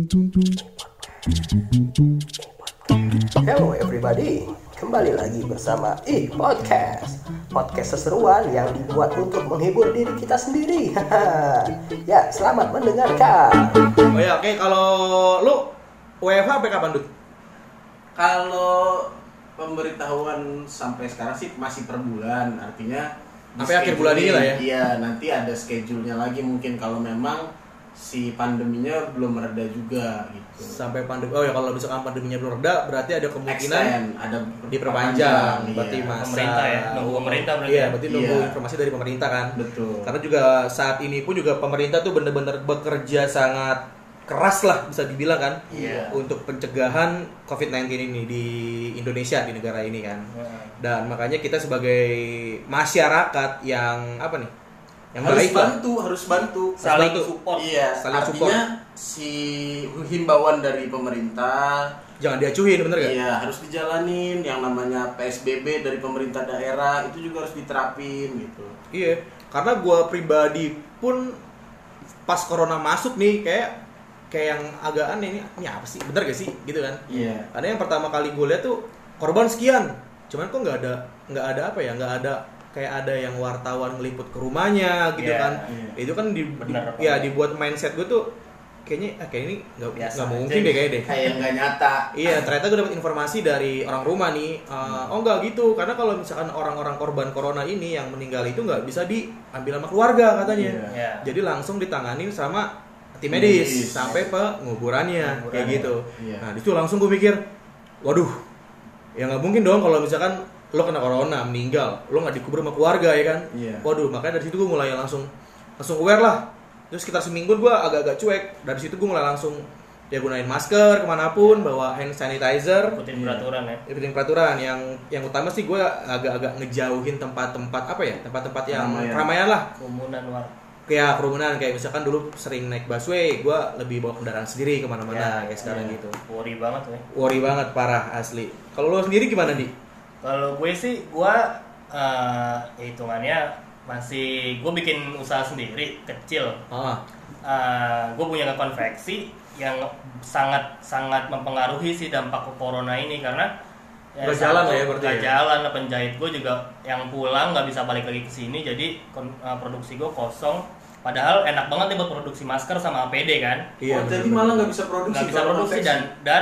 Hello everybody, kembali lagi bersama Podcast seseruan yang dibuat untuk menghibur diri kita sendiri. Ya, selamat mendengarkan. Oh ya, oke. Kalau lu WFH sampai kapan, Dut? Kalau pemberitahuan sampai sekarang sih masih per bulan, artinya sampai akhir bulan ini lah ya. Iya, nanti ada schedule-nya lagi mungkin kalau memang si pandeminya belum mereda juga gitu. Sampai pandemi. Oh ya, kalau misalkan pandeminya belum reda, berarti ada kemungkinan ada diperpanjang. Berarti iya. masa pemerintah ya, nunggu pemerintah berarti. Iya, berarti nunggu Iya. informasi dari pemerintah kan. Betul. Karena juga saat ini pun juga pemerintah tuh benar-benar bekerja sangat keras lah bisa dibilang kan. Iya. Untuk pencegahan COVID-19 ini di Indonesia, di negara ini kan. Dan makanya kita sebagai masyarakat yang apa nih? Yang baik lah. harus bantu. Saling bantu. support. Iya, Saling artinya si himbauan dari pemerintah Jangan diacuhin, bener gak? iya harus dijalanin, yang namanya PSBB dari pemerintah daerah itu juga harus diterapin gitu. Iya, karena gue pribadi pun pas corona masuk nih kayak yang agak aneh ini apa sih, bener gak sih gitu kan? Iya. Karena yang pertama kali gue lihat tuh korban sekian, cuman kok nggak ada apa ya, nggak ada kayak ada yang wartawan ngeliput ke rumahnya gitu Iya, kan? iya. Itu kan Bener, ya dibuat mindset gue tuh kayaknya ini nggak mungkin deh kayaknya deh. Kayak nggak nyata. Iya, ternyata gue dapat informasi dari orang rumah nih. Oh enggak gitu, karena kalau misalkan orang-orang korban corona ini yang meninggal itu nggak bisa diambil sama keluarga katanya. Iya. Jadi langsung ditanganin sama tim medis sampai penguburannya kayak gitu. Iya. Nah, di situ langsung gue mikir, waduh, ya nggak mungkin dong kalau misalkan lo kena corona meninggal, lo nggak dikubur sama keluarga ya kan? Iya. Waduh, makanya dari situ gue mulai langsung aware lah. Terus sekitar seminggu gue agak-agak cuek. Dari situ gue mulai langsung ya gunain masker kemanapun, bawa hand sanitizer, Ikutin peraturan ya. ikutin peraturan. Yang utama sih gue agak-agak ngejauhin tempat-tempat apa ya, tempat-tempat yang keramaian lah. Kerumunan Kayak kerumunan, kayak misalkan dulu sering naik busway, gue lebih bawa kendaraan sendiri kemana-mana kayak sekarang gitu. Worry banget ya. Worry banget parah asli. Kalau lo sendiri gimana nih? Kalau gue sih, hitungannya masih gue bikin usaha sendiri kecil. Gue punya konveksi yang sangat mempengaruhi sih dampak corona ini karena Nggak jalan lah ya berarti nggak ya? jalan. Penjahit gue juga yang pulang nggak bisa balik lagi ke sini, jadi produksi gue kosong. Padahal enak banget nih buat produksi masker sama APD kan. Iya, jadi malah nggak bisa produksi. Nggak bisa produksi dan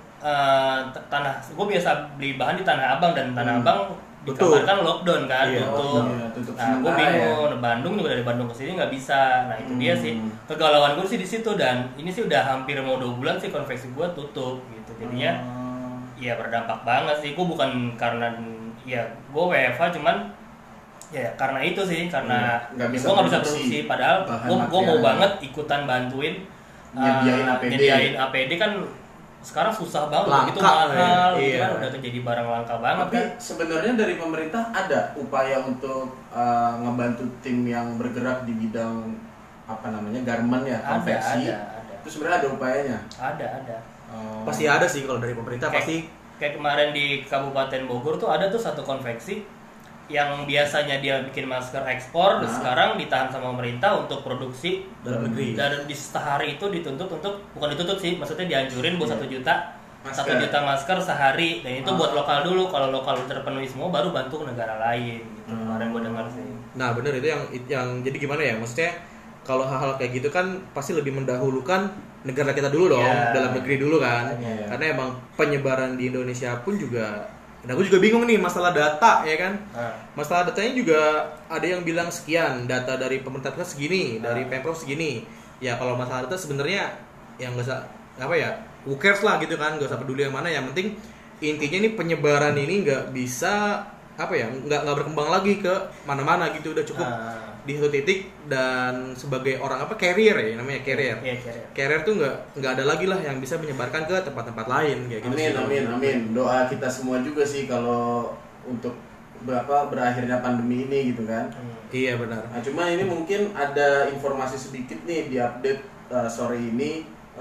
tanah gue biasa beli bahan di Tanah Abang, dan Tanah Abang dikabarkan lockdown kan, Iya, tutup nah gue bingung. Bandung juga dari Bandung ke sini nggak bisa. Nah itu dia sih kegalauan gue sih di situ. Dan ini sih udah hampir mau 2 bulan sih konveksi gue tutup gitu, jadinya ya berdampak banget sih. Gue bukan karena ya gue WFH, cuman ya karena itu sih, karena gue nggak bisa produksi. Padahal gue mau banget ikutan bantuin nyediain APD kan. Sekarang susah banget, langka, itu mahal, iya. kan udah jadi barang langka banget. Tapi kan. sebenarnya dari pemerintah ada upaya untuk ngebantu tim yang bergerak di bidang apa namanya garment ya, konveksi. Ada. Itu sebenarnya ada upayanya. Ada. Pasti ada sih kalau dari pemerintah, pasti. Kayak kemarin di Kabupaten Bogor tuh ada tuh satu konveksi yang biasanya dia bikin masker ekspor, sekarang ditahan sama pemerintah untuk produksi dalam negeri. Dan di sehari itu dituntut untuk, bukan dituntut sih, maksudnya dianjurin buat 1 juta. 1 juta masker sehari, dan itu buat lokal dulu. Kalau lokal terpenuhi semua baru bantu ke negara lain gitu. Kemarin gue dengar sih. Nah bener, itu yang jadi gimana ya, maksudnya kalau hal-hal kayak gitu kan pasti lebih mendahulukan negara kita dulu dong, dalam negeri dulu kan. Karena emang penyebaran di Indonesia pun juga. Nah gue juga bingung nih masalah data ya kan. Masalah datanya juga ada yang bilang sekian, data dari pemerintah pusat segini, dari Pemprov segini. Ya kalau masalah data sebenarnya yang nggak usah apa ya, who cares lah gitu kan, nggak usah peduli yang mana. Yang penting intinya ini penyebaran ini nggak bisa apa ya, nggak berkembang lagi ke mana-mana gitu, udah cukup di satu titik. Dan sebagai orang apa, carrier ya namanya, carrier. Carrier tuh nggak ada lagi lah yang bisa menyebarkan ke tempat-tempat lain kayak gitu. Amin. Doa kita semua juga sih kalau untuk berakhirnya pandemi ini gitu kan. Iya benar. Nah, cuma ini mungkin ada informasi sedikit nih di update sore ini.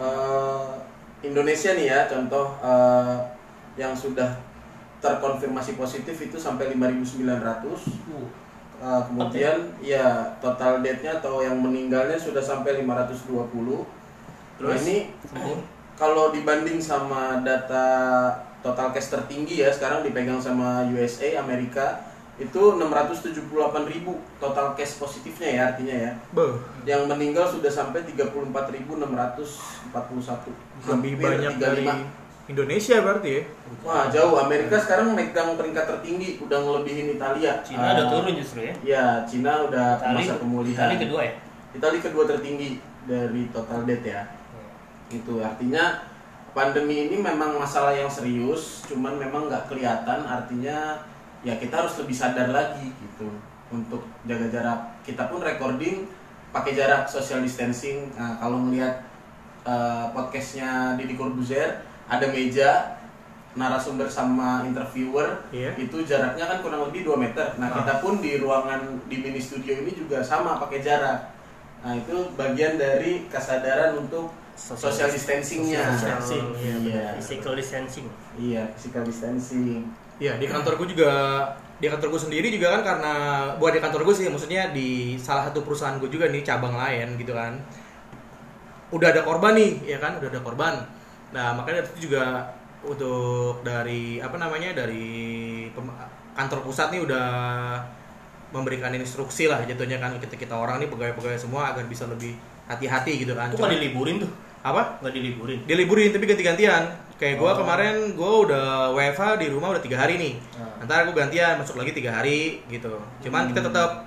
Indonesia nih ya, contoh yang sudah terkonfirmasi positif itu sampai 5.900. Kemudian ya total death-nya atau yang meninggalnya sudah sampai 520. Terus ini kalau dibanding sama data total cash tertinggi ya sekarang dipegang sama USA Amerika itu 678.000 total cash positifnya ya artinya ya. Yang meninggal sudah sampai 34.641. Lebih banyak 35. dari Indonesia berarti ya. Wah jauh, Amerika sekarang megang peringkat tertinggi, udah ngelebihin Italia. Cina udah turun justru ya. Ya, Cina udah masa pemulihan. Itali kedua ya? Itali kedua tertinggi dari total debt ya. Itu artinya pandemi ini memang masalah yang serius, cuman memang nggak kelihatan. Artinya ya kita harus lebih sadar lagi gitu untuk jaga jarak. Kita pun recording pakai jarak, social distancing. Nah, kalau melihat podcastnya Deddy Corbuzier, ada meja narasumber sama interviewer, itu jaraknya kan kurang lebih 2 meter. Nah kita pun di ruangan di mini studio ini juga sama pakai jarak. Nah itu bagian dari kesadaran untuk social distancingnya. Iya, physical distancing. Iya, physical distancing. Iya, di kantorku juga, di kantorku sendiri juga kan, karena buat di kantor gue sih, maksudnya di salah satu perusahaan gue juga nih, cabang lain gitu kan, udah ada korban nih, ya kan, udah ada korban. Nah makanya itu juga untuk dari dari kantor pusat nih udah memberikan instruksi lah jatuhnya kan, kita orang nih pegawai-pegawai semua agar bisa lebih hati-hati gitu kan. Itu nggak diliburin tuh? Apa? Nggak diliburin? Diliburin tapi ganti-gantian. Kayak gue kemarin gue udah WFH di rumah udah 3 hari nih. Ntar gue gantian masuk lagi 3 hari gitu. Cuman kita tetap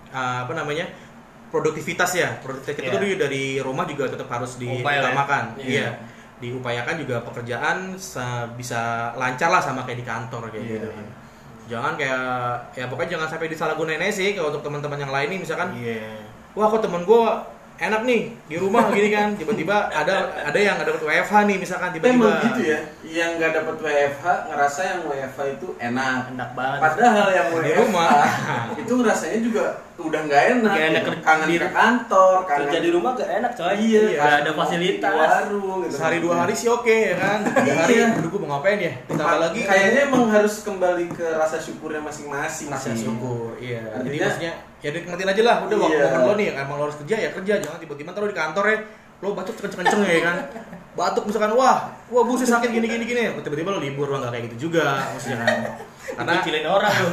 produktivitas ya. Produktivitas itu dari rumah juga tetap harus diutamakan. Iya. Diupayakan juga pekerjaan bisa lancar lah sama kayak di kantor kayak gitu. Jangan kayak pokoknya jangan sampai disalahgunain sih kalau untuk teman-teman yang lain nih misalkan. Wah kok temen gue enak nih di rumah gini kan, tiba-tiba ada yang nggak dapat WFH nih misalkan tiba-tiba. Emang gitu ya, yang nggak dapat WFH ngerasa yang WFH itu enak banget. Padahal yang di WFH rumah itu ngerasanya juga udah nggak enak. Kangen ke kantor, kerja di rumah gak enak coy. Iya, gak ada fasilitas. Warung, gitu. Sehari 2 hari sih oke ya kan. 3 hari, aduh gue mau ngapain ya? Ditambah lagi kayaknya emang harus kembali ke rasa syukurnya masing-masing. Rasa syukur, iya. Artinya, jadi maksudnya ya nikmatin aja lah. Udah waktu lo nih, emang lo harus kerja ya kerja. Jangan tiba-tiba taruh di kantor ya lo batuk kenceng-kenceng ya kan. Batuk misalkan wah buset sakit gini. Tiba-tiba lo libur, lo nggak kayak gitu juga maksudnya kan. Karena dikucilin orang lo.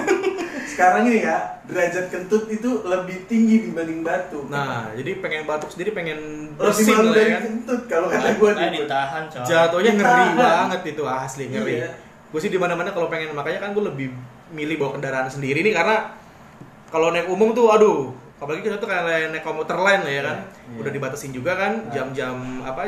Sekarang ini ya, derajat kentut itu lebih tinggi dibanding batuk. Nah, jadi pengen batuk sendiri, pengen bersin lah ya kan. Kentut kalau kata gue ditahan, coy. Jatuhnya ngeri banget itu, asli ngeri. Iya. Gue sih di mana-mana kalau pengen, makanya kan gue lebih milih bawa kendaraan sendiri nih, karena kalau naik umum tuh aduh, apalagi kita tuh kayak naik komuter lain lah ya kan. Udah dibatasin juga kan jam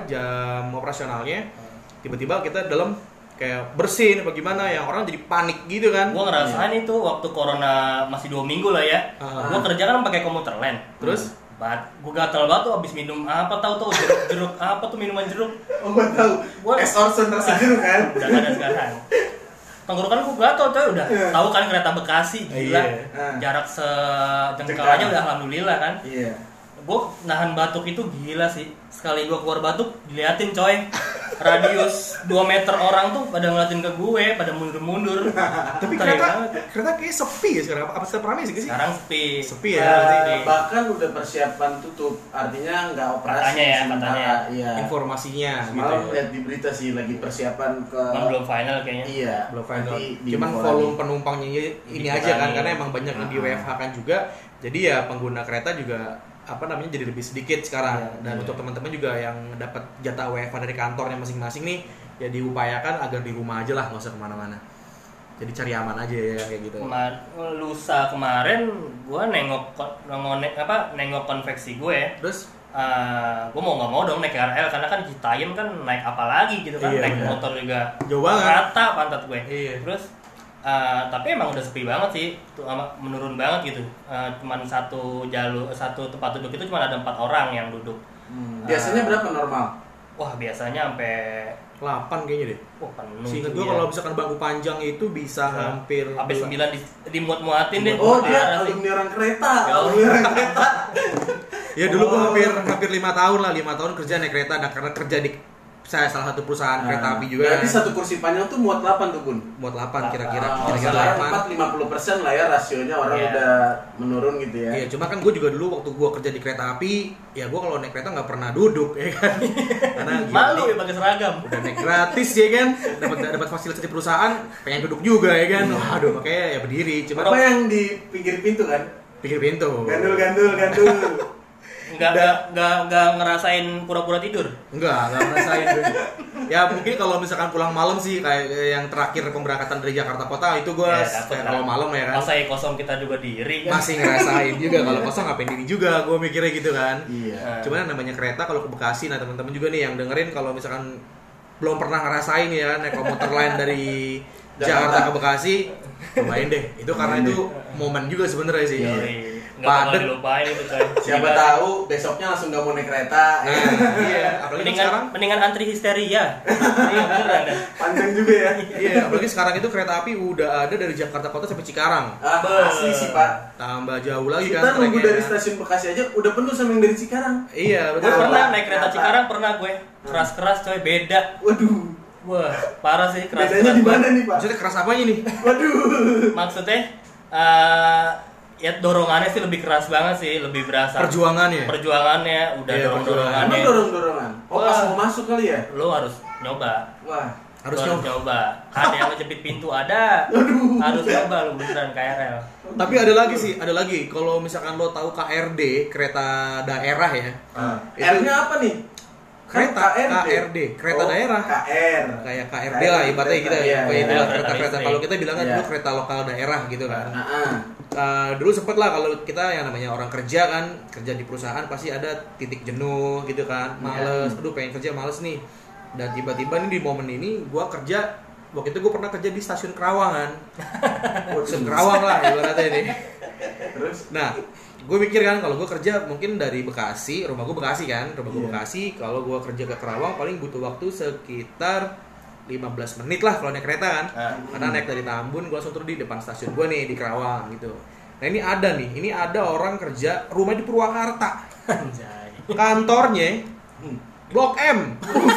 operasionalnya. Tiba-tiba kita dalam kayak bersin apa gimana yang orang jadi panik gitu kan. Gua ngerasain itu waktu corona masih 2 minggu lah ya. Gua kerja kan pakai komuter lain. Terus gue gatal banget tuh abis minum apa tahu tuh jeruk apa tuh minuman jeruk. Oh gue tahu. Es Orson rasa jeruk kan. Udah ada sekarang. Tenggorokan gue gatal coy udah. Tahu kan kereta Bekasi gila. Jarak sejengkal aja udah alhamdulillah kan. Iya. Gue nahan batuk itu gila sih. Sekali gue keluar batuk diliatin coy. Radius 2 meter orang tuh pada ngeliatin ke gue, pada mundur-mundur. Tapi kereta kayak sepi ya sekarang. Apa seperti sih? Sekarang sepi. Sepi ya. Bahkan udah persiapan tutup, artinya nggak operasi. Katanya. Iya. Informasinya. Semalam gitu. lihat di berita sih lagi persiapan ke. Belum final kayaknya. Iya. Belum final. Nanti Cuman volume penumpangnya ini aja kan, karena emang banyak yang di WFH kan juga. Jadi ya pengguna kereta juga jadi lebih sedikit sekarang. Dan untuk teman-teman juga yang dapat jatah WFH dari kantornya masing-masing nih, ya diupayakan agar di rumah aja lah, nggak usah kemana-mana. Jadi cari aman aja ya kayak gitu. Lusa kemarin gue nengok konveksi gue. Terus gue mau nggak mau dong naik KRL karena kan Citayam kan naik apa lagi gitu kan, naik motor juga jauh banget. rata pantat gue. Iya. Terus tapi emang udah sepi banget sih, menurun banget gitu. Cuman satu tempat duduk itu cuma ada 4 orang yang duduk. Biasanya berapa normal? Wah biasanya sampai 8 kayaknya deh. Wah penuh. Seingat gue kalau misalkan bangku panjang itu bisa hampir sampai 9 dimuat-muatin deh. Oh dia alumni orang kereta. Ya dulu gue hampir 5 tahun lah, 5 tahun kerja naik kereta. Nah karena kerja di saya salah satu perusahaan kereta api juga. Berarti satu kursi panjang tuh muat 8 tuh Bun? Muat 8 kira-kira. Sekarang 50% lah ya rasionya orang udah menurun gitu ya. Iya, cuma kan gue juga dulu waktu gue kerja di kereta api, ya gue kalau naik kereta nggak pernah duduk ya kan. Karena malu ya pakai seragam. Udah naik gratis ya kan, dapat fasilitas di perusahaan, pengen duduk juga ya kan. Waduh, makanya ya berdiri. Cuma apa yang di pinggir pintu kan? Pinggir pintu. Gandul. Enggak ngerasain pura-pura tidur. Enggak ngerasain. Ya mungkin kalau misalkan pulang malam sih kayak yang terakhir pemberangkatan dari Jakarta Kota itu gue kalau malam ya kan. Masa kosong kita juga diri kan. Masih ngerasain juga kalau kosong ngapain diri juga gue mikirnya gitu kan. Iya. Cuman namanya kereta kalau ke Bekasi, nah teman-teman juga nih yang dengerin kalau misalkan belum pernah ngerasain ya naik komuter lain dari Jakarta ke Bekasi, cobain deh. Itu karena itu momen juga sebenarnya sih. Nggak bakal dilupain itu coy. Siapa tahu besoknya langsung nggak mau naik kereta. Iya, apalagi sekarang mendingan antri histeria. Iya beneran dah. Panjang juga ya. Iya, apalagi sekarang itu kereta api udah ada dari Jakarta Kota sampai Cikarang. Asli sih Pak. Tambah jauh lagi kita kan. Kita nunggu dari stasiun Bekasi aja udah penuh sama yang dari Cikarang. Iya, betul. Gue pernah naik kereta Cikarang gue. Keras-keras coy, beda. Waduh. Wah, parah sih keras. Bedanya di mana nih, Pak? Maksudnya keras apanya nih? Waduh. Maksudnya ya dorongannya sih lebih keras banget sih, lebih berasa. Perjuangannya udah dorongannya. Emang dorong-dorongan? Oh, pas mau masuk kali ya? Lo harus nyoba. Wah, harus nyoba. Ada yang ngejepit pintu ada. Harus nyoba lo beneran KRL. Tapi ada lagi. Kalau misalkan lo tahu KRD, kereta daerah ya. R-nya apa nih? KRD, kereta daerah. Kayak KRD lah ibaratnya kita ya. Itulah kereta-kereta. Kalau kita bilangnya dulu kereta lokal daerah gitu kan. Dulu sempet lah kalau kita yang namanya orang kerja kan, kerja di perusahaan pasti ada titik jenuh gitu kan, males, aduh pengen kerja males nih. Dan tiba-tiba nih di momen ini gue kerja, waktu itu gue pernah kerja di stasiun Kerawangan. Stasiun Kerawang lah ibaratnya ini. Terus? Nah, gue mikir kan kalau gue kerja mungkin dari Bekasi, rumah gue Bekasi kan, Bekasi, kalau gue kerja ke Kerawang paling butuh waktu sekitar 15 menit lah kalau naik kereta kan. Karena naik dari Tambun, gue langsung turun di depan stasiun gue nih di Kerawang gitu. Nah ini ada orang kerja rumah di Purwakarta. Kantornya Blok M.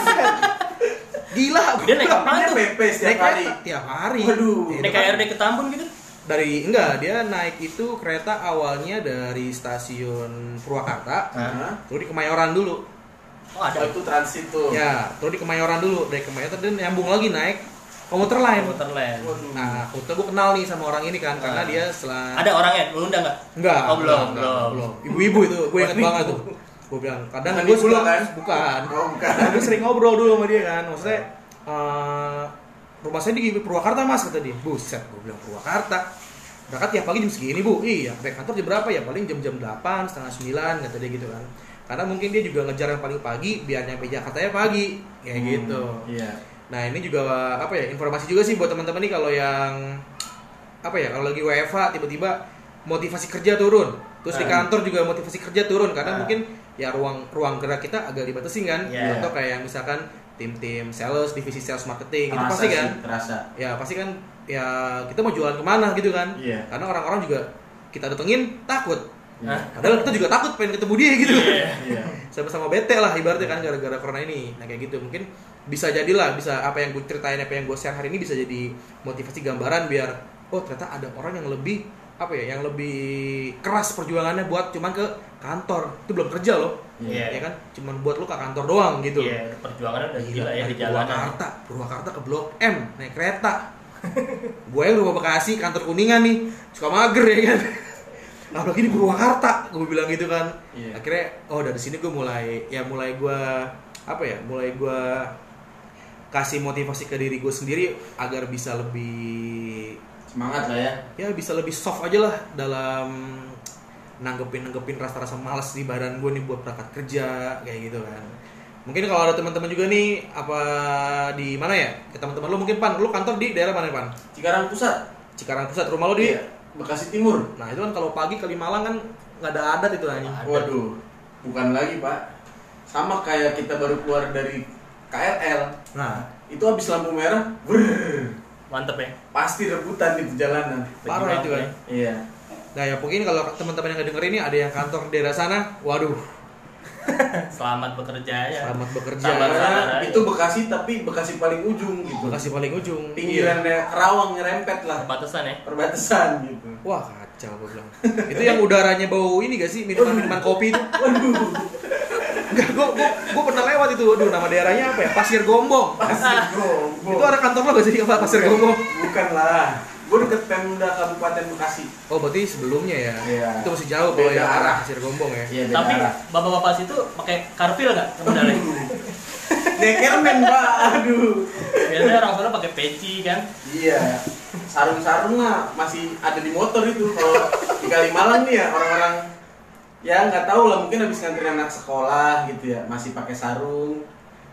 Gila. Dia naik apa tuh? PP setiap hari. Tiap hari. Waduh. Naik KRD ke Tambun gitu? Dia naik itu kereta awalnya dari stasiun Purwakarta, terus di Kemayoran dulu. Oh ada itu transit tuh. Ya, terus di Kemayoran dulu, dari Kemayoran dan nyambung lagi naik komuter lain. Nah, gue kenal nih sama orang ini kan, karena dia ada orangnya, lu undang nggak? Enggak. Oh belum. Ibu-ibu itu, gue inget banget tuh. Gue bilang, kadang gue suka kan? Bukan. Gue sering ngobrol dulu sama dia kan, maksudnya rumah saya di Purwakarta mas, kata dia. Buset, gue bilang Purwakarta. Berangkat tiap pagi jam segini bu, iya. Sampai kantor jam berapa ya? Paling jam 8, setengah 9, kata dia gitu kan. Karena mungkin dia juga ngejar yang paling pagi biar nyampe Jakartanya pagi kayak gitu. Iya. Nah ini juga informasi juga sih buat teman-teman nih kalau yang kalau lagi WFH tiba-tiba motivasi kerja turun, terus di kantor juga motivasi kerja turun karena mungkin ya ruang gerak kita agak dibatasi kan. Contoh kayak misalkan tim sales, divisi sales marketing itu pasti kan. Ya pasti kan ya kita mau jualan kemana gitu kan. Karena orang-orang juga kita datengin takut. Padahal kita juga takut pengen ketemu dia gitu. Sama-sama bete lah ibaratnya kan gara-gara corona ini. Nah kayak gitu mungkin bisa jadilah apa yang gue ceritain, apa yang gue share hari ini bisa jadi motivasi gambaran biar ternyata ada orang yang lebih yang lebih keras perjuangannya buat cuman ke kantor. Itu belum kerja loh. Ya kan cuman buat lu ke kantor doang gitu. Perjuangannya udah gila ya di jalanan. Purwakarta ke Blok M naik kereta. Gue yang rumah Bekasi, kantor Kuningan nih, suka mager ya kan. Apalagi di Purwakarta, gue bilang gitu kan. Akhirnya dari sini gue mulai gue kasih motivasi ke diri gue sendiri agar bisa lebih semangat lah ya. Ya bisa lebih soft aja lah dalam nanggepin rasa-rasa malas di badan gue nih buat berangkat kerja kayak gitu kan. Mungkin kalau ada teman-teman juga nih di mana ya? Teman-teman lu mungkin Pan, lu kantor di daerah mana Pan? Cikarang Pusat, rumah lu di Bekasi Timur. Nah itu kan kalau pagi ke Limalang kan nggak ada adat itu anjing. Waduh, bukan lagi Pak. Sama kayak kita baru keluar dari KRL. Nah itu habis lampu merah, mantep ya. Pasti rebutan di jalanan. Parah itu kan. Iya. Nah ya mungkin kalau teman-teman yang ngedenger ini ada yang kantor di daerah sana, waduh. Selamat bekerja ya. Selamat bekerja. Karena itu Bekasi tapi Bekasi paling ujung gitu. Bekasi paling ujung. Pinggirannya Kerawang nyerempet lah. Perbatasan ya. Perbatasan gitu. Wah kacau gue bilang. Itu yang udaranya bau ini gak sih, minuman kopi itu? Waduh. Enggak, gue pernah lewat itu. Aduh, nama daerahnya apa ya? Pasir Gombong. Pasir Gombong. Itu ada kantor lo gak sih apa Pasir Gombong? Bukan lah. Gue deket Pemda Kabupaten Bekasi. Oh, berarti sebelumnya ya? Iya. Itu masih jauh kalau Beda yang arah arah. Pasir Gombong ya? Iya, beda Tapi arah. bapak-bapak situ pakai karpil nggak sebenarnya? Dekermen, Pak. Aduh. Biasanya orang sana pakai peci kan. Iya. Sarung-sarung mah masih ada di motor itu. Kalau di Kalimalang nih ya orang-orang ya nggak tahu lah, mungkin habis nganterin anak sekolah gitu ya, masih pakai sarung.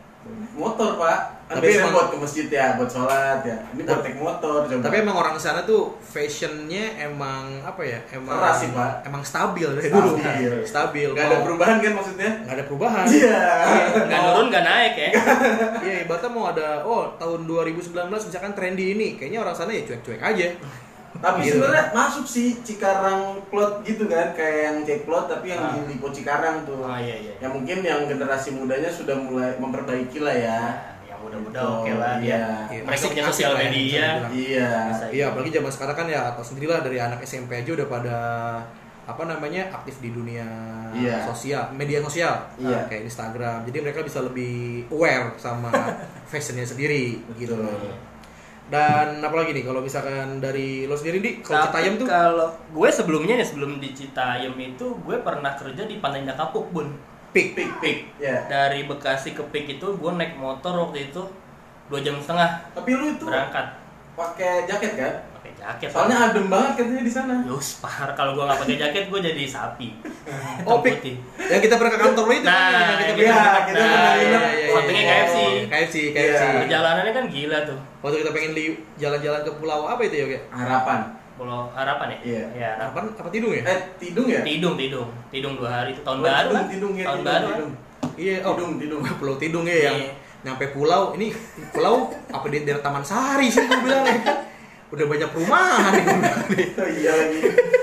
Motor, Pak. Kan Tapi biasanya emang- buat ke masjid ya, buat sholat ya. Ini buat naik motor coba. Tapi emang orang sana tuh fashionnya emang apa ya? Emang Keras sih, Pak. Emang stabil dari dulu. Stabil. Stabil. nggak ada perubahan kan maksudnya? Nggak ada perubahan. Iya. Nggak turun nggak naik ya. Iya, ibaratnya mau ada tahun 2019 misalkan trendy ini, kayaknya orang sana ya cuek-cuek aja. Tapi Gitu. sebenarnya masuk sih Cikarang Plot gitu kan, kayak yang Ceklot tapi yang di Lipo Cikarang tuh. Oh iya iya. Ya mungkin yang generasi mudanya sudah mulai memperbaiki lah ya. Yang muda-muda Gitu, oke lah iya. dia. Iya, Mereka masih punya asik sosial lah ya, media. bisa dibilang. Iya. Bisa. Iya, apalagi zaman sekarang kan ya atau sendirilah dari anak SMP aja udah pada apa namanya aktif di dunia Iya. sosial, media sosial, Iya. kayak Instagram. Jadi mereka bisa lebih aware sama fashionnya sendiri, gitu. Betul. Dan apalagi nih kalau misalkan dari lo sendiri di kalau Tapi Citayam tuh kalau gue sebelumnya nih, sebelum di Citayam itu gue pernah kerja di Pantai Indah Kapuk, Bun. peak. Pik. Ya. Dari Bekasi ke Pik itu gue naik motor waktu itu 2,5 jam Tapi lu itu berangkat. pakai jaket kan? Pakai jaket. Soalnya adem banget katanya di sana. Yus, parah, kalau gue nggak pakai jaket gue jadi sapi. Oh, Hitam Pik. putih. Yang kita pernah ke kantor lo itu Nah, kan yang iya, kita Iya, pernah kita pernah nginep. Sampingnya KFC. KFC. Iya. Perjalanannya kan gila tuh. Waktu kita pengen jalan-jalan ke pulau apa itu ya, Oke? Harapan. Pulau Harapan ya? Iya. Ya, Harapan. Apa Tidung ya? Tidung ya? Tidung 2 hari itu tahun Oh, baru kan? Tidung ya. Tahun Tidung, baru kan? Tidung. Iya, Tidung. Pulau Tidung ya yang Iya. nyampe pulau. Ini pulau apa di daerah Taman Sari sih gue bilang ya. Udah banyak perumahan nih gue bilang nih. Oh, iya lagi.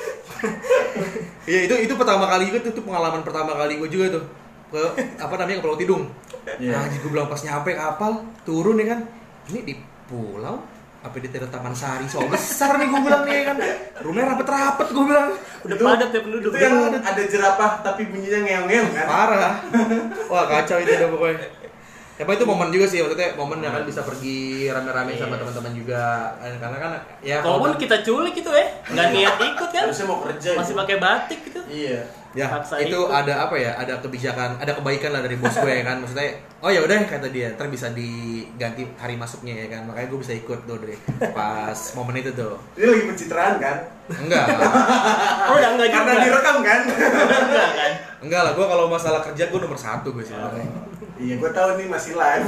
Iya, itu pertama kali juga tuh, itu pengalaman pertama kali gue juga tuh. Ke apa namanya, ke Pulau Tidung. Iya. Nah, gue bilang pas nyampe kapal, turun ya kan. Ini di pulau apa di daerah Taman Sari, soal besar nih gue bilang nih kan. Rumahnya rapet-rapet gue bilang. Udah Itu- padat ya penduduk. Itu yang ada jerapah tapi bunyinya ngeong-ngeong kan? Parah. Wah, kacau itu udah pokoknya. Tapi itu momen juga sih, maksudnya momen yang kan bisa pergi rame-rame sama teman-teman juga. Karena kan ya Walaupun kita culik gitu ya, nggak niat ikut kan? Harusnya mau kerja. Masih itu. pakai batik gitu. Iya. ya paksa itu ikut. ada apa ya, ada kebijakan, ada kebaikan lah dari bos gue ya kan, maksudnya oh ya udah kata dia ntar bisa diganti hari masuknya ya kan, makanya gue bisa ikut tuh dari pas momen itu tuh. Ini lagi pencitraan kan? Enggak Oh udah enggak juga. Karena direkam kan? Enggak kan? enggak lah, gue kalau masalah kerja gue nomor 1 gue sih. Iya, gue tahu nih masih live.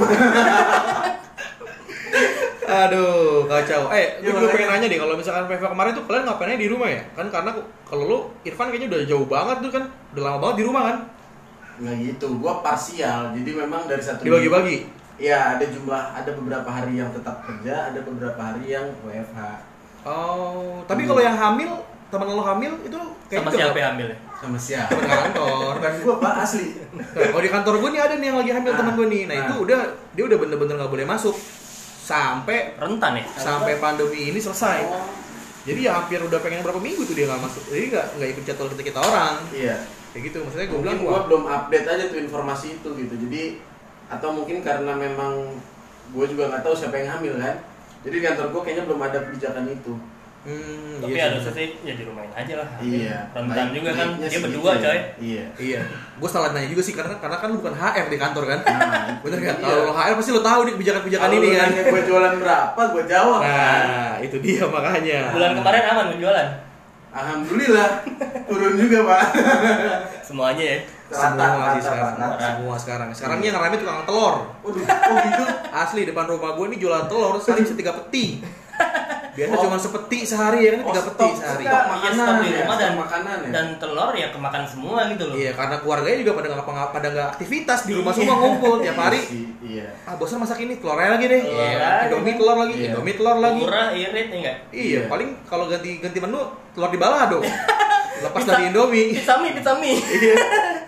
Aduh, kacau. Ya, Gue makanya. pengen nanya deh, kalau misalkan PV kemarin tuh kalian ngapain aja di rumah ya? Kan karena kalau lu Irfan kayaknya udah jauh banget tuh kan, udah lama banget di rumah kan? Nggak gitu, gue parsial. Jadi memang dari satu Dibagi-bagi. Iya, ada beberapa hari yang tetap kerja, ada beberapa hari yang WFH. Oh, tapi kalau yang hamil, teman lo hamil itu kayak Sama gitu siapa nggak? yang hamil ya? Sama siapa? Temen kantor. Bukan gue, Pak, asli. Nah, kalau di kantor gue nih ada nih yang lagi hamil teman gue nih. Nah, Nah. itu dia udah bener-bener nggak boleh masuk sampai Rentan ya? pandemi ini selesai. Oh, Jadi ya hampir udah pengen berapa minggu tuh dia nggak masuk. Jadi nggak ikut jadwal kita orang. iya. Kayak gitu. Maksudnya gue bilang Mungkin gue wah. belum update aja tuh informasi itu gitu. Jadi atau mungkin karena memang gue juga nggak tahu siapa yang hamil kan. Jadi di kantor gue kayaknya belum ada kebijakan itu. Tapi iya harusnya sih. sih ya di rumahin aja lah. Iya. Rentan juga kan, Baiknya dia sih berdua gitu ya. coy. Iya. Iya. Gue salah nanya juga sih karena kan lu bukan HR di kantor kan. Nah, Bener kan? iya. Kalau lo HR pasti lo tahu nih kebijakan-kebijakan Kalau ini lu kan. nanya gue jualan berapa, gue jawab. Nah, itu dia makanya. Bulan kemarin aman berjualan. Alhamdulillah turun juga, Pak. Semuanya ya. Semua sih Rata, sekarang. rata. Semua sekarang. Sekarang ini yang rame tukang telur. Waduh, oh gitu. Asli depan rumah gue ini jualan telur sekali bisa 3 peti. Biasa Oh. cuma sepeti sehari ya kan, 3 peti sehari. stok Iya, makanan stok di ya, rumah stok makanan ya. Dan telur ya kemakan semua gitu loh. Iya, karena keluarganya juga pada nggak aktivitas di rumah semua ngumpul tiap hari. Iya. Ah, bosan masak ini, telurnya lagi deh. Telur Iya, lagi. Indomie telur lagi, Iya. Indomie telur lagi. Murah, irit ya enggak? Iya, Iya. paling kalau ganti menu telur di balado. Lepas dari Indomie. Pizza mie. Iya.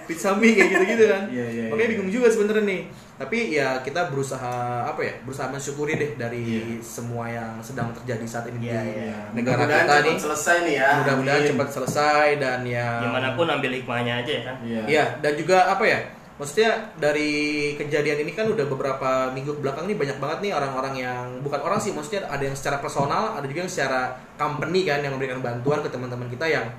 pizza mie kayak gitu-gitu kan. Iya. Makanya bingung juga sebenarnya nih. Tapi ya kita berusaha berusaha mensyukuri deh dari semua yang sedang terjadi saat ini di negara kita nih. Selesai nih ya. Mudah-mudahan cepat selesai dan ya gimana pun ambil hikmahnya aja ya kan. Iya, dan juga maksudnya dari kejadian ini kan udah beberapa minggu belakang ini banyak banget nih orang-orang yang bukan orang sih, maksudnya ada yang secara personal, ada juga yang secara company kan yang memberikan bantuan ke teman-teman kita yang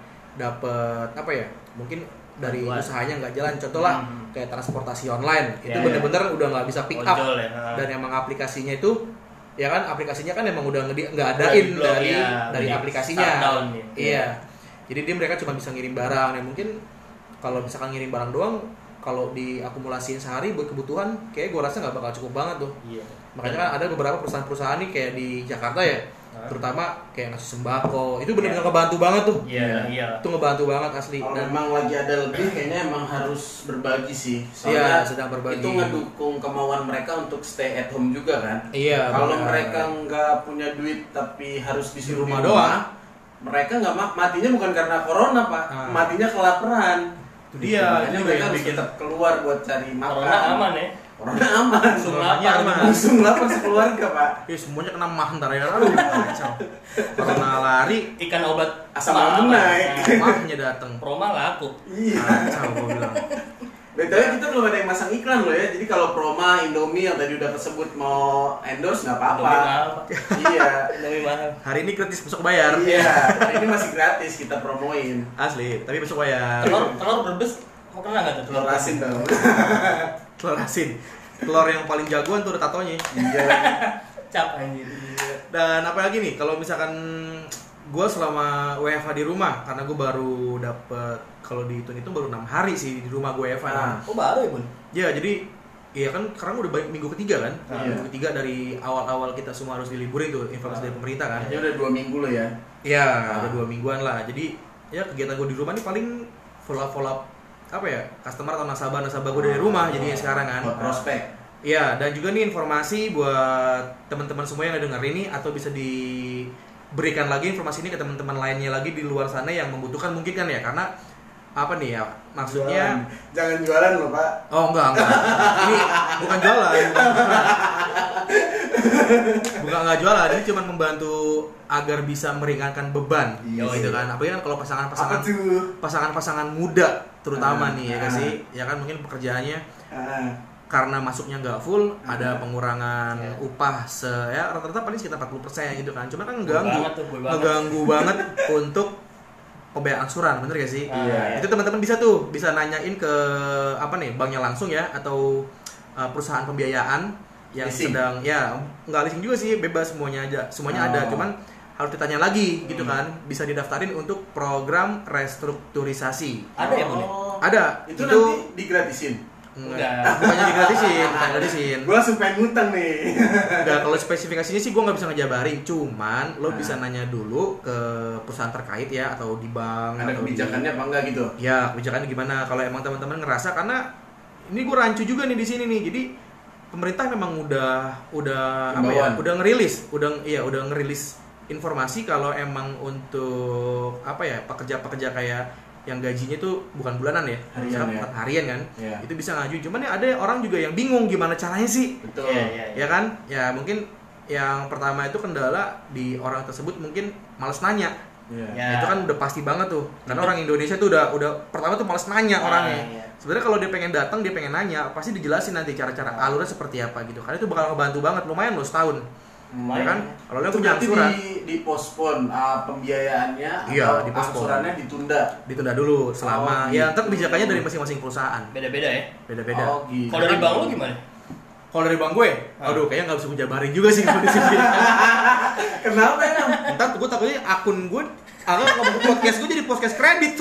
dapat mungkin dari usahanya nggak jalan. Contoh lah kayak transportasi online itu bener-bener udah nggak bisa pick up dan emang aplikasinya itu ya kan aplikasinya kan emang udah nggak adain dari aplikasinya. Iya. Jadi mereka cuma bisa ngirim barang dan mungkin kalau misalkan ngirim barang doang kalau diakumulasiin sehari buat kebutuhan kayak gue rasa nggak bakal cukup banget tuh. Makanya kan ada beberapa perusahaan-perusahaan nih kayak di Jakarta ya, terutama kayak ngasih sembako itu benar-benar ngebantu banget tuh. Itu ngebantu banget asli. Kalau dan memang lagi ada lebih kayaknya emang harus berbagi sih. Soalnya sedang berbagi. Itu ngedukung kemauan mereka untuk stay at home juga kan. Kalau mereka nggak punya duit tapi harus disuruh rumah doang, mereka nggak matinya bukan karena corona Pak, matinya kelaparan. Itu dia. Makanya mereka harus tetap keluar buat cari makan. Corona aman ya. Corona aman. Langsung lapar sekeluarga Pak. Semuanya kena mah ntar ya. Aduh kacau. Corona lari, Ikan obat asam lambung naik. mahnya datang. Proma laku. Iya. Kacau gue bilang. BTW kita belum ada yang masang iklan loh ya. Jadi kalau Proma, Indomie yang tadi udah tersebut mau endorse nggak apa-apa. Iya. Indomie mahal. Hari ini gratis besok bayar. Iya. Ini masih gratis kita promoin. Asli, tapi besok bayar. Telur Brebes mau kena nggak tuh? Telur asin dong. Telur asin. Telur yang paling jagoan tuh ada tatonya. Iya. Cap anjir. Dan apa lagi nih? Kalau misalkan gue selama WFH di rumah karena gue baru dapet kalau dihitung itu baru 6 hari sih di rumah gue WFH. Oh baru ya Bun? Ya jadi iya kan sekarang udah minggu ketiga kan. Minggu ketiga dari awal-awal kita semua harus diliburin tuh informasi dari pemerintah kan. Ini udah 2 minggu loh ya. Iya ada 2 mingguan lah. Jadi ya kegiatan gue di rumah nih paling follow up customer atau nasabah gue dari rumah jadinya sekarang kan. Prospek. Iya dan juga nih informasi buat teman-teman semua yang denger ini atau bisa diberikan lagi informasi ini ke teman-teman lainnya lagi di luar sana yang membutuhkan mungkin kan ya karena apa nih ya maksudnya jangan jualan loh Pak. Oh enggak ini bukan jualan nggak jualan ini cuma membantu agar bisa meringankan beban gitu kan apalagi kan kalau pasangan muda terutama nih ya kan sih ya kan mungkin pekerjaannya karena masuknya nggak full ada pengurangan upah rata-rata paling sekitar 40% gitu kan cuma kan ngeganggu banget untuk pembayaran angsuran, bener gak sih? Itu teman-teman bisa nanyain ke banknya langsung ya atau perusahaan pembiayaan yang leasing. Sedang nggak leasing juga sih, bebas semuanya ada, cuman harus ditanya lagi gitu kan, bisa didaftarin untuk program restrukturisasi. Ada ya Bun? Ada. Itu nanti digratisin. Bukannya digratisin. Gue langsung pengen ngutang nih. Enggak, kalau spesifikasinya sih gue nggak bisa ngejabarin. Cuman lo bisa nanya dulu ke perusahaan terkait ya atau di bank. Ada kebijakannya apa enggak gitu? Ya, kebijakannya gimana? Kalau emang teman-teman ngerasa karena ini gue rancu juga nih di sini nih. Jadi pemerintah memang udah ngerilis informasi kalau emang untuk pekerja-pekerja kayak yang gajinya tuh bukan bulanan ya, harian kan, itu bisa ngajuin. Cuman ya ada orang juga yang bingung gimana caranya sih, betul, ya kan? Ya mungkin yang pertama itu kendala di orang tersebut mungkin malas nanya, itu kan udah pasti banget tuh, karena orang Indonesia tuh udah pertama tuh malas nanya orangnya. Sebenarnya kalau dia pengen datang, dia pengen nanya, pasti dijelasin nanti cara-cara alurnya seperti apa gitu, karena itu bakal ngebantu banget, lumayan loh setahun. Ya kan? Kalau lo punya angsuran di pospon pembiayaannya atau angsurannya ditunda dulu selama ntar kebijakannya dari masing-masing perusahaan. Beda-beda ya? Beda-beda. Gitu. Kalau dari bank lo gimana? Kalau dari bank gue, kayaknya nggak bisa gue jabarin juga sih kalau di sini. Kenapa ya? Ntar gue takutnya akun gue, podcast gue jadi podcast kredit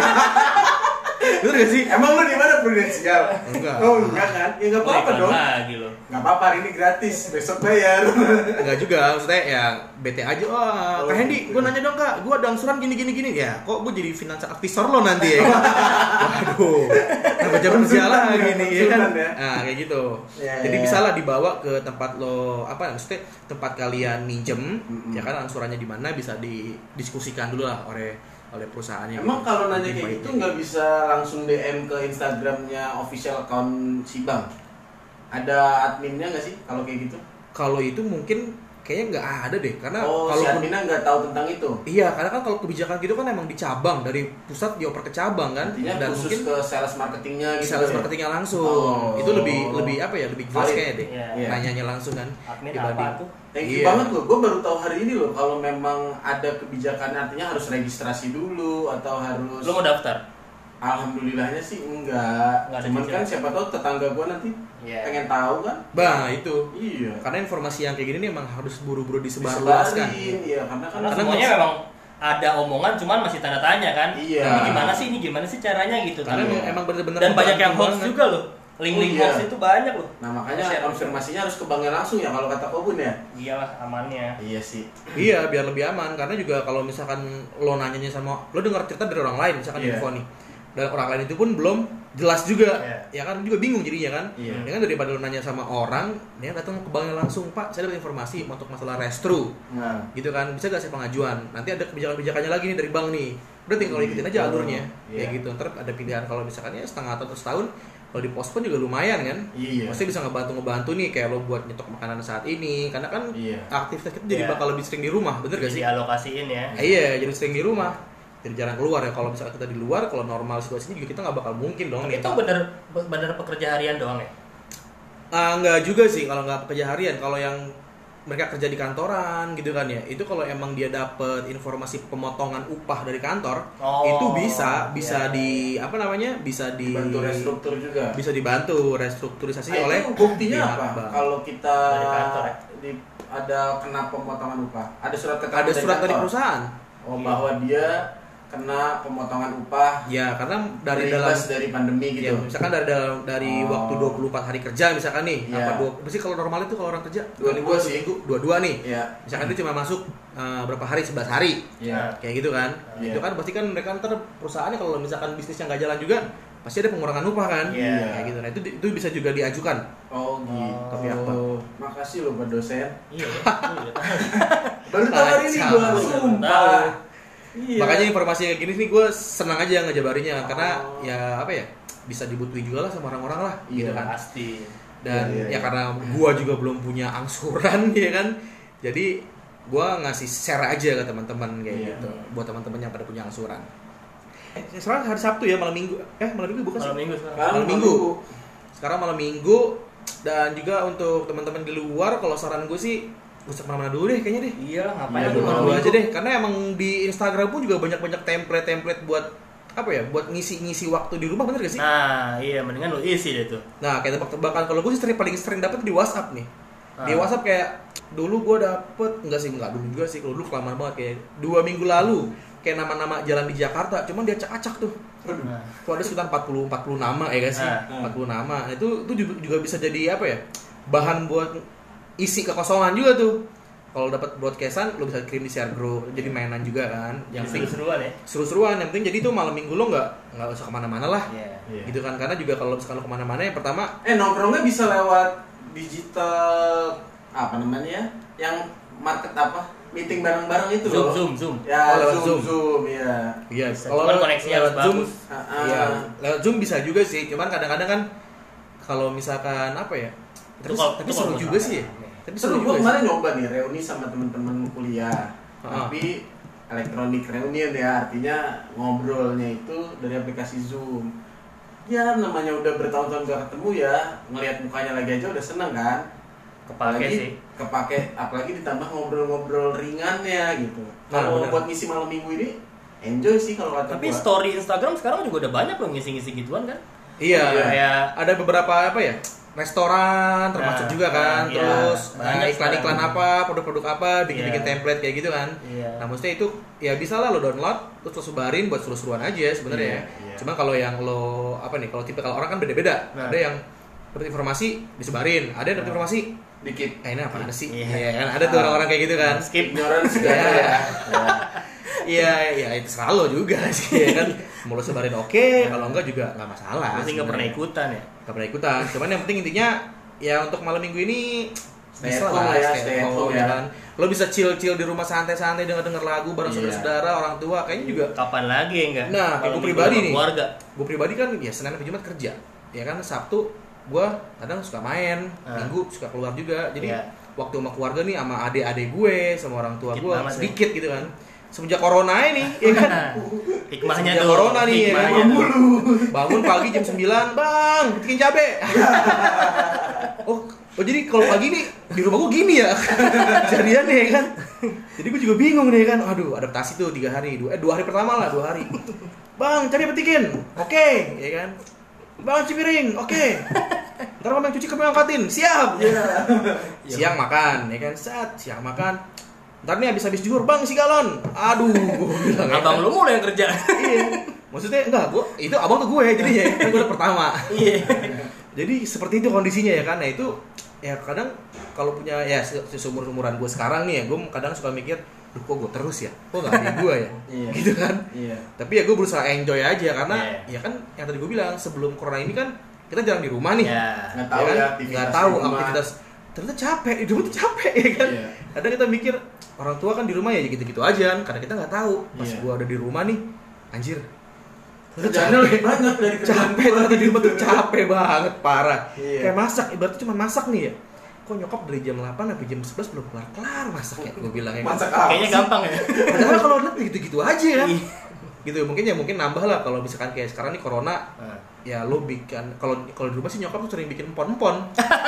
Bener gak sih? Emang lu di mana prudensial? Enggak. Oh enggak kan? Ya enggak apa-apa dong. Lagi lo. Enggak apa-apa, hari ini gratis, besok bayar. Enggak juga, maksudnya ya bete aja. Kak Hendy, gue nanya dong Kak, gue ada angsuran gini. Ya, kok gue jadi financial advisor lo nanti ya? Waduh, kenapa jam kerja lagi nih ya kan? Nah kayak gitu. Jadi bisa lah dibawa ke tempat lo, maksudnya tempat kalian minjem, ya kan angsurannya di mana bisa didiskusikan dulu lah oleh perusahaannya. Emang gitu. kalau nanya Mungkin kayak baiknya. gitu nggak bisa langsung DM ke Instagramnya official account si bank? Ada adminnya nggak sih kalau kayak gitu? Kalau itu mungkin kayaknya nggak ada deh, karena Si adminnya nggak tahu tentang itu. iya, karena kan kalau kebijakan gitu kan emang di cabang, dari pusat dioper ke cabang kan, Artinya dan khusus mungkin ke sales marketingnya gitu. sales ya? marketingnya langsung. Oh. Itu lebih apa ya, lebih jelas Valid. kayaknya deh. Iya. Nanyanya langsung kan. Admin dibanding. apa tuh? Thank you Iya. banget loh, gue baru tahu hari ini loh kalau memang ada kebijakan artinya harus registrasi dulu atau harus. Lu mau daftar? Alhamdulillahnya sih enggak. Nggak ada Cuman cicilan. kan siapa tahu tetangga gue nanti Iya. pengen tahu kan. Bah, itu. Iya. Karena informasi yang kayak gini nih emang harus buru-buru disebarluaskan. Disebarin, iya karena kan Karena semuanya memang ada omongan cuman masih tanda tanya kan. Iya. Ini gimana sih caranya gitu. Karena Iya. emang bener-bener Dan banyak yang membantu hoax banget. juga loh. Link-link Oh, iya. hoax itu banyak loh. Nah makanya Share. konfirmasinya harus ke banknya langsung ya kalau kata Kobun ya. Iyalah amannya. Iya sih. Iya, biar lebih aman. Karena juga kalau misalkan lo nanyanya sama, lo dengar cerita dari orang lain, misalkan Iya. info nih, dan orang lain itu pun belum jelas juga, Iya. ya kan juga bingung jadinya kan. Iya. Ya kan daripada lo nanya sama orang, dia datang ke banknya langsung, Pak, saya dapat informasi untuk masalah restru, Nah. gitu kan, bisa gak saya pengajuan? Nanti ada kebijakan-kebijakannya lagi nih dari bank nih. Udah tinggal ikutin aja alurnya, kayak Iya. gitu. Ntar ada pilihan kalau misalkan ya setengah atau setahun. Kalau di pospon juga lumayan kan, Iya. pasti bisa ngebantu nih kayak lo buat nyetok makanan saat ini, karena kan Iya. aktivitas kita jadi Iya. bakal lebih sering di rumah, bener gak sih? Dialokasiin ya. Iya, jadi sering di rumah, jadi jarang keluar ya. Kalau misalnya kita di luar, kalau normal situasinya juga kita nggak bakal mungkin dong. Tapi itu bener pekerja harian doang ya? Nggak juga sih kalau nggak pekerja harian. Kalau yang mereka kerja di kantoran gitu kan ya, itu kalau emang dia dapet informasi pemotongan upah dari kantor, Oh, itu bisa iya. di apa namanya, bisa Dibantu restruktur juga. bisa dibantu restrukturisasi Nah, oleh itu buktinya pihak apa? bank. Kalau kita Dari kantor ya? ada kena pemotongan upah, ada surat keterangan Ada surat dari kantor? perusahaan. Oh, bahwa dia kena pemotongan upah Ya, karena dari dalam berimbas dari pandemi ya, gitu. misalkan dari Oh. waktu 24 hari kerja misalkan nih, Iya. mesti kalau normal itu kalau orang kerja 22 sih. 22 nih. Iya. Misalkan dia cuma masuk berapa hari, 11 hari. Iya. Kayak gitu kan. Iya. Itu kan pasti kan mereka ntar perusahaannya kalau misalkan bisnisnya nggak jalan juga pasti ada pengurangan upah kan. Iya. Kayak gitu. Nah, itu bisa juga diajukan. Oh gitu. Tapi apa? Makasih loh Pak dosen. Iya. Baru tahu hari ini gua Tahu. sumpah. Iya. Makanya informasi kayak gini nih gue senang aja ngejabarinya kan. Karena Oh. ya apa ya, bisa dibutuhin juga lah sama orang-orang lah gitu Iya. kan. Pasti. Dan Iya, ya iya. karena gua juga belum punya angsuran ya kan, jadi gua ngasih share aja ke teman-teman kayak Iya. gitu, buat teman-teman yang pada punya angsuran. Sekarang hari Sabtu ya, malam Minggu, malam Minggu bukan sih? Malam minggu sekarang. Sekarang Malam Minggu. Sekarang malam Minggu, dan juga untuk teman-teman di luar, kalau saran gue sih gak usah kemana-mana dulu deh kayaknya deh. Iya lah, ngapain Iya, lu dulu malam Dulu minggu? aja deh, karena emang di Instagram pun juga banyak-banyak template-template buat apa ya, buat ngisi waktu di rumah, bener gak sih? Nah, iya mendingan lu isi deh tuh. Nah, kayak tebak-tebakan, kalau gue sih paling sering dapet di WhatsApp nih. Di WhatsApp kayak dulu gue dapet, enggak dulu juga sih, kalau dulu kelamaan banget, kayak 2 minggu lalu kayak nama-nama jalan di Jakarta, cuman dia acak-acak tuh. Nah, Tuh ada sekitar 40 nama ya guys sih. Ah. 40 nama. Itu juga bisa jadi apa ya? Bahan buat isi kekosongan juga tuh. Kalau dapat broadcastan lo bisa kirim di share group, jadi mainan juga kan. yang Yang penting seru-seruan ya. seru-seruan, yang penting jadi tuh malam minggu lo nggak usah kemana-mana lah. Iya. Iya. Gitu kan, karena juga kalau misalkan lo kemana-mana yang pertama Nongkrongnya bisa lewat digital apa namanya ya? Yang market apa? Meeting bareng-bareng itu loh. Zoom. Ya, Oh, lewat Zoom, Zoom. ya. iya, Cuman koneksinya harus lewat Zoom, bagus. iya, lewat Zoom bisa juga sih. Cuman kadang-kadang kan kalau misalkan apa ya? Tapi Itu seru kalau juga buat sih ya. apa? Tapi Seru, seru gue juga sih. kemarin nyoba nih reuni sama temen-temen kuliah. Ah. Tapi elektronik reunion ya, artinya ngobrolnya itu dari aplikasi Zoom. Ya namanya udah bertahun-tahun gak ketemu ya, ngelihat mukanya lagi aja udah seneng kan. Kepake sih. Kepake, apalagi ditambah ngobrol-ngobrol ringannya gitu. Nah, Kalau bener. buat ngisi malam minggu ini, enjoy sih kalau kata Tapi gua. story Instagram sekarang juga udah banyak loh ngisi-ngisi gituan kan. Iya, Kayak ada beberapa apa ya? Restoran termasuk Nah, juga kan. iya. Terus Banyak iklan-iklan sekarang. apa, produk-produk apa, bikin-bikin Iya. template kayak gitu kan. Iya. Nah, maksudnya itu ya bisa lah lo download terus lo sebarin buat seru-seruan aja sebenarnya. Iya, iya. Cuma kalau yang lo apa nih, kalau tipe kalau orang kan beda-beda. Nah. Ada yang dapat informasi disebarin, ada yang dapat informasi Dikit. ini apa sih? Iya. Iya kan, ada tuh orang-orang kayak gitu kan. skip. Ignorance juga Iya. ya. Iya, itu selalu lo juga sih ya kan. Mau lo sebarin oke, kalau enggak juga nggak masalah. Pasti nggak pernah sebenarnya. ikutan ya. Gak pernah ikutan. Cuman yang penting intinya ya untuk malam minggu ini Stay at home lah ya, stay at home ya kan. Lo bisa chill di rumah santai-santai denger lagu bareng saudara-saudara, orang tua, kayaknya juga. Kapan lagi enggak? Nah, gue pribadi nih. Keluarga. Gue pribadi kan ya Senin sampai Jumat kerja. Ya kan Sabtu gue kadang suka main, Minggu suka keluar juga. Jadi waktu sama keluarga nih sama adik-adik gue, sama orang tua gue sedikit gitu kan. Semenjak corona ini, ya kan? Hikmahnya tuh. Corona nih, ya kan? Bangun pagi jam 9, bang, bikin cabe. Oh, jadi kalau pagi nih di rumah gue gini ya, kejadian ya kan? Jadi gue juga bingung nih kan, aduh adaptasi tuh 3 hari, 2 hari pertama lah 2 hari. Bang, cari petikin, oke, ya kan? Bang, cuci piring, oke. Ntar kamu yang cuci kamu angkatin, siap. Siang makan, ya kan? Siang makan. Ntar nih habis juhur, bang isi galon. Aduh, gue bilang abang lu mulai yang kerja. Iya. Maksudnya enggak, itu abang tuh gue jadinya, kan gue udah pertama. Iya. Jadi seperti itu kondisinya ya kan. Nah itu ya kadang kalau punya ya seumur-umuran gue sekarang nih ya, gue kadang suka mikir, duh kok gue terus ya? Kok enggak ada gue ya? Gitu kan. Iya. Tapi ya gue berusaha enjoy aja karena ya kan yang tadi gue bilang sebelum corona ini kan kita jarang di rumah nih. Nggak tahu ya, nggak tahu aktivitas. Ternyata capek, hidup tuh capek ya kan. Kadang kita mikir orang tua kan di rumah ya gitu-gitu aja kan, karena kita nggak tahu. Pas gua ada di rumah nih, anjir. Kerjaannya lebih banyak dari kerjaan capek, ternyata di rumah tuh capek banget, parah. Kayak masak, ibaratnya cuma masak nih ya. Kok nyokap dari jam 8 sampai jam 11 belum kelar masak ya, gua bilangnya. Masak apa? Kayaknya gampang ya. Padahal kalau lihat gitu-gitu aja kan. Gitu mungkin nambah lah kalau misalkan kayak sekarang nih corona. Ya lo bikin kalau di rumah sih nyokap tuh sering bikin empon-empon.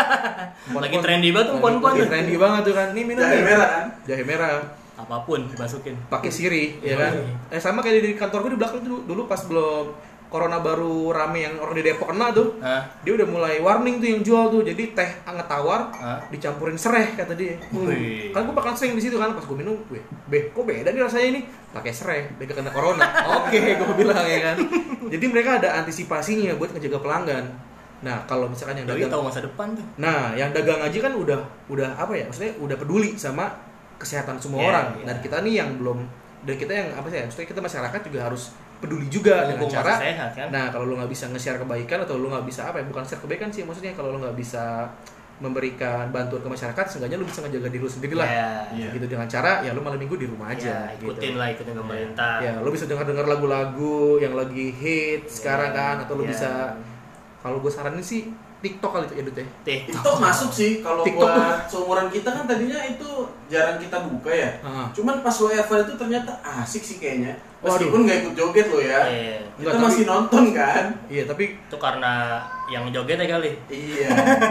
Lagi trendy banget tuh empon-empon. Lagi trendy banget tuh kan. Nih minum jahe merah kan? Jahe merah. Apapun dimasukin. Pakai sirih ya kan. Sama kayak di kantor gue di belakang tuh dulu pas belum corona baru rame yang orang di Depok kena tuh. Dia udah mulai warning tuh yang jual tuh. Jadi teh anget tawar dicampurin sereh kata dia. Kan gue bakal sering di situ kan pas gue minum, kok beda nih rasanya ini? Pakai sereh, biar kena corona. Oke, gue bilang ya kan. Jadi mereka ada antisipasinya buat ngejaga pelanggan. Nah, kalau misalkan yang dagang tahu masa depan tuh. Nah, yang dagang aja kan udah apa ya? Maksudnya udah peduli sama kesehatan semua orang. Dan kita nih yang belum, dan kita yang apa sih? Maksudnya kita masyarakat juga harus peduli juga dengan cara sehat, kan? Nah, kalau lu nggak bisa nge-share kebaikan atau lu nggak bisa apa ya? Bukan share kebaikan sih, maksudnya kalau lu nggak bisa memberikan bantuan ke masyarakat, seenggaknya lu bisa ngejaga diri lu sendiri lah. Gitu dengan cara ya lu malam minggu di rumah aja. Ikutin gitu. pemerintah. Ya, lu bisa dengar lagu-lagu yang lagi hit sekarang kan, atau lu bisa, kalau gue saranin sih TikTok kali itu ya Dut ya. TikTok masuk sih kalau buat seumuran kita kan tadinya itu jarang kita buka ya. Cuman pas WFH itu ternyata asik sih kayaknya. Meskipun nggak ikut joget lo ya. Kita masih nonton kan. Iya, tapi itu karena yang joget ya kali. Iya.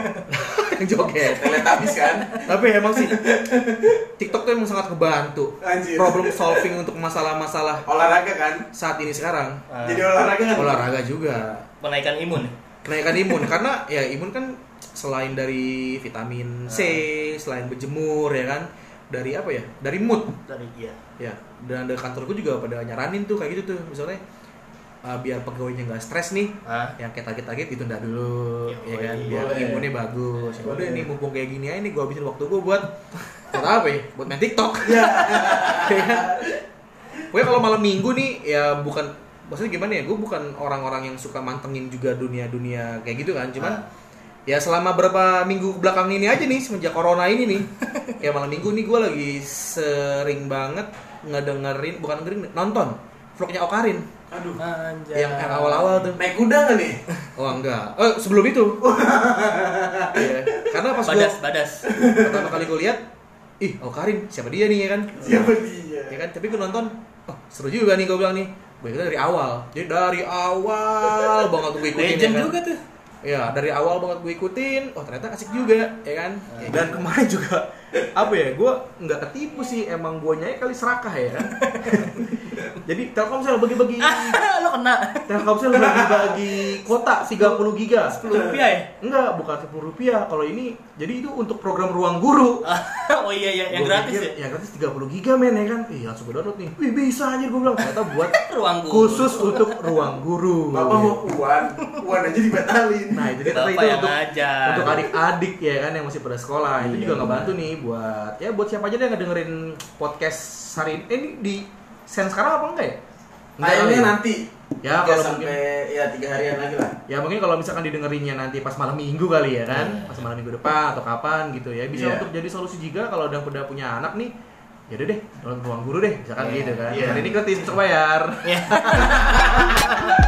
Yang joget. Teletubbies kan. Tapi emang sih TikTok tuh emang sangat kebantu. Problem solving untuk masalah-masalah olahraga kan saat ini sekarang. Jadi olahraga kan. Olahraga juga. Menaikkan imun. Kenaikan imun karena ya imun kan selain dari vitamin C, selain berjemur ya kan, dari apa ya? Dari mood. Ya, dan dari kantor gue juga pada nyaranin tuh kayak gitu tuh. Misalnya biar pegawainya nggak stres nih, yang kayak target-target ditunda dulu, ya kan? Biar imunnya bagus. Ya udah nih mumpung kayak gini aja nih, gue habisin waktu gue buat apa ya? Buat main TikTok. Ya kan? Pokoknya kalau malam minggu nih ya bukan, maksudnya gimana ya, gue bukan orang-orang yang suka mantengin juga dunia kayak gitu kan, cuman ya selama berapa minggu belakang ini aja nih semenjak corona ini nih kayak malam minggu nih gue lagi sering banget nonton vlognya Okarin. Aduh, yang awal-awal tuh naik kuda nggak nih? Oh enggak, sebelum itu ya, karena pas badas pertama kali gue lihat, Okarin siapa dia nih ya kan, ya kan, tapi gue nonton, seru juga nih, gue bilang nih gue dari awal, jadi dari awal banget gue ikutin. Legend ya kan? juga tuh. Ya dari awal banget gue ikutin, ternyata asik juga, ya kan. Dan kemarin juga apa ya, gue nggak ketipu sih, emang guanya kali serakah ya kan. Jadi Telkomsel bagi-bagi. Lo kena. Telkomsel bagi-bagi kota 30 giga. 10 rupiah ya? Enggak, bukan 10 rupiah. Kalau ini jadi itu untuk program Ruang Guru. Oh iya yang gratis ya? Yang gratis 30 giga men ya kan. Langsung gue download nih. Wih, bisa aja gue bilang. Ternyata buat Ruang Guru. Khusus untuk Ruang Guru. Bapak mau uan aja dibatalin. Nah, itu dia itu untuk adik-adik ya kan yang masih pada sekolah. Itu juga ngebantu nih buat siapa aja yang ngedengerin podcast hari ini. Ini di Sen sekarang apa enggak ya? Kayaknya nanti Ya kalau kalau sampai ya 3 harian lagi lah. Ya mungkin kalau misalkan didengerinnya nanti pas malam minggu kali ya kan, pas malam minggu depan atau kapan gitu ya, bisa untuk jadi solusi juga kalau udah punya anak nih. Ya udah deh, nonton ruang guru deh, misalkan gitu kan. Hari ini gratis, besok bayar.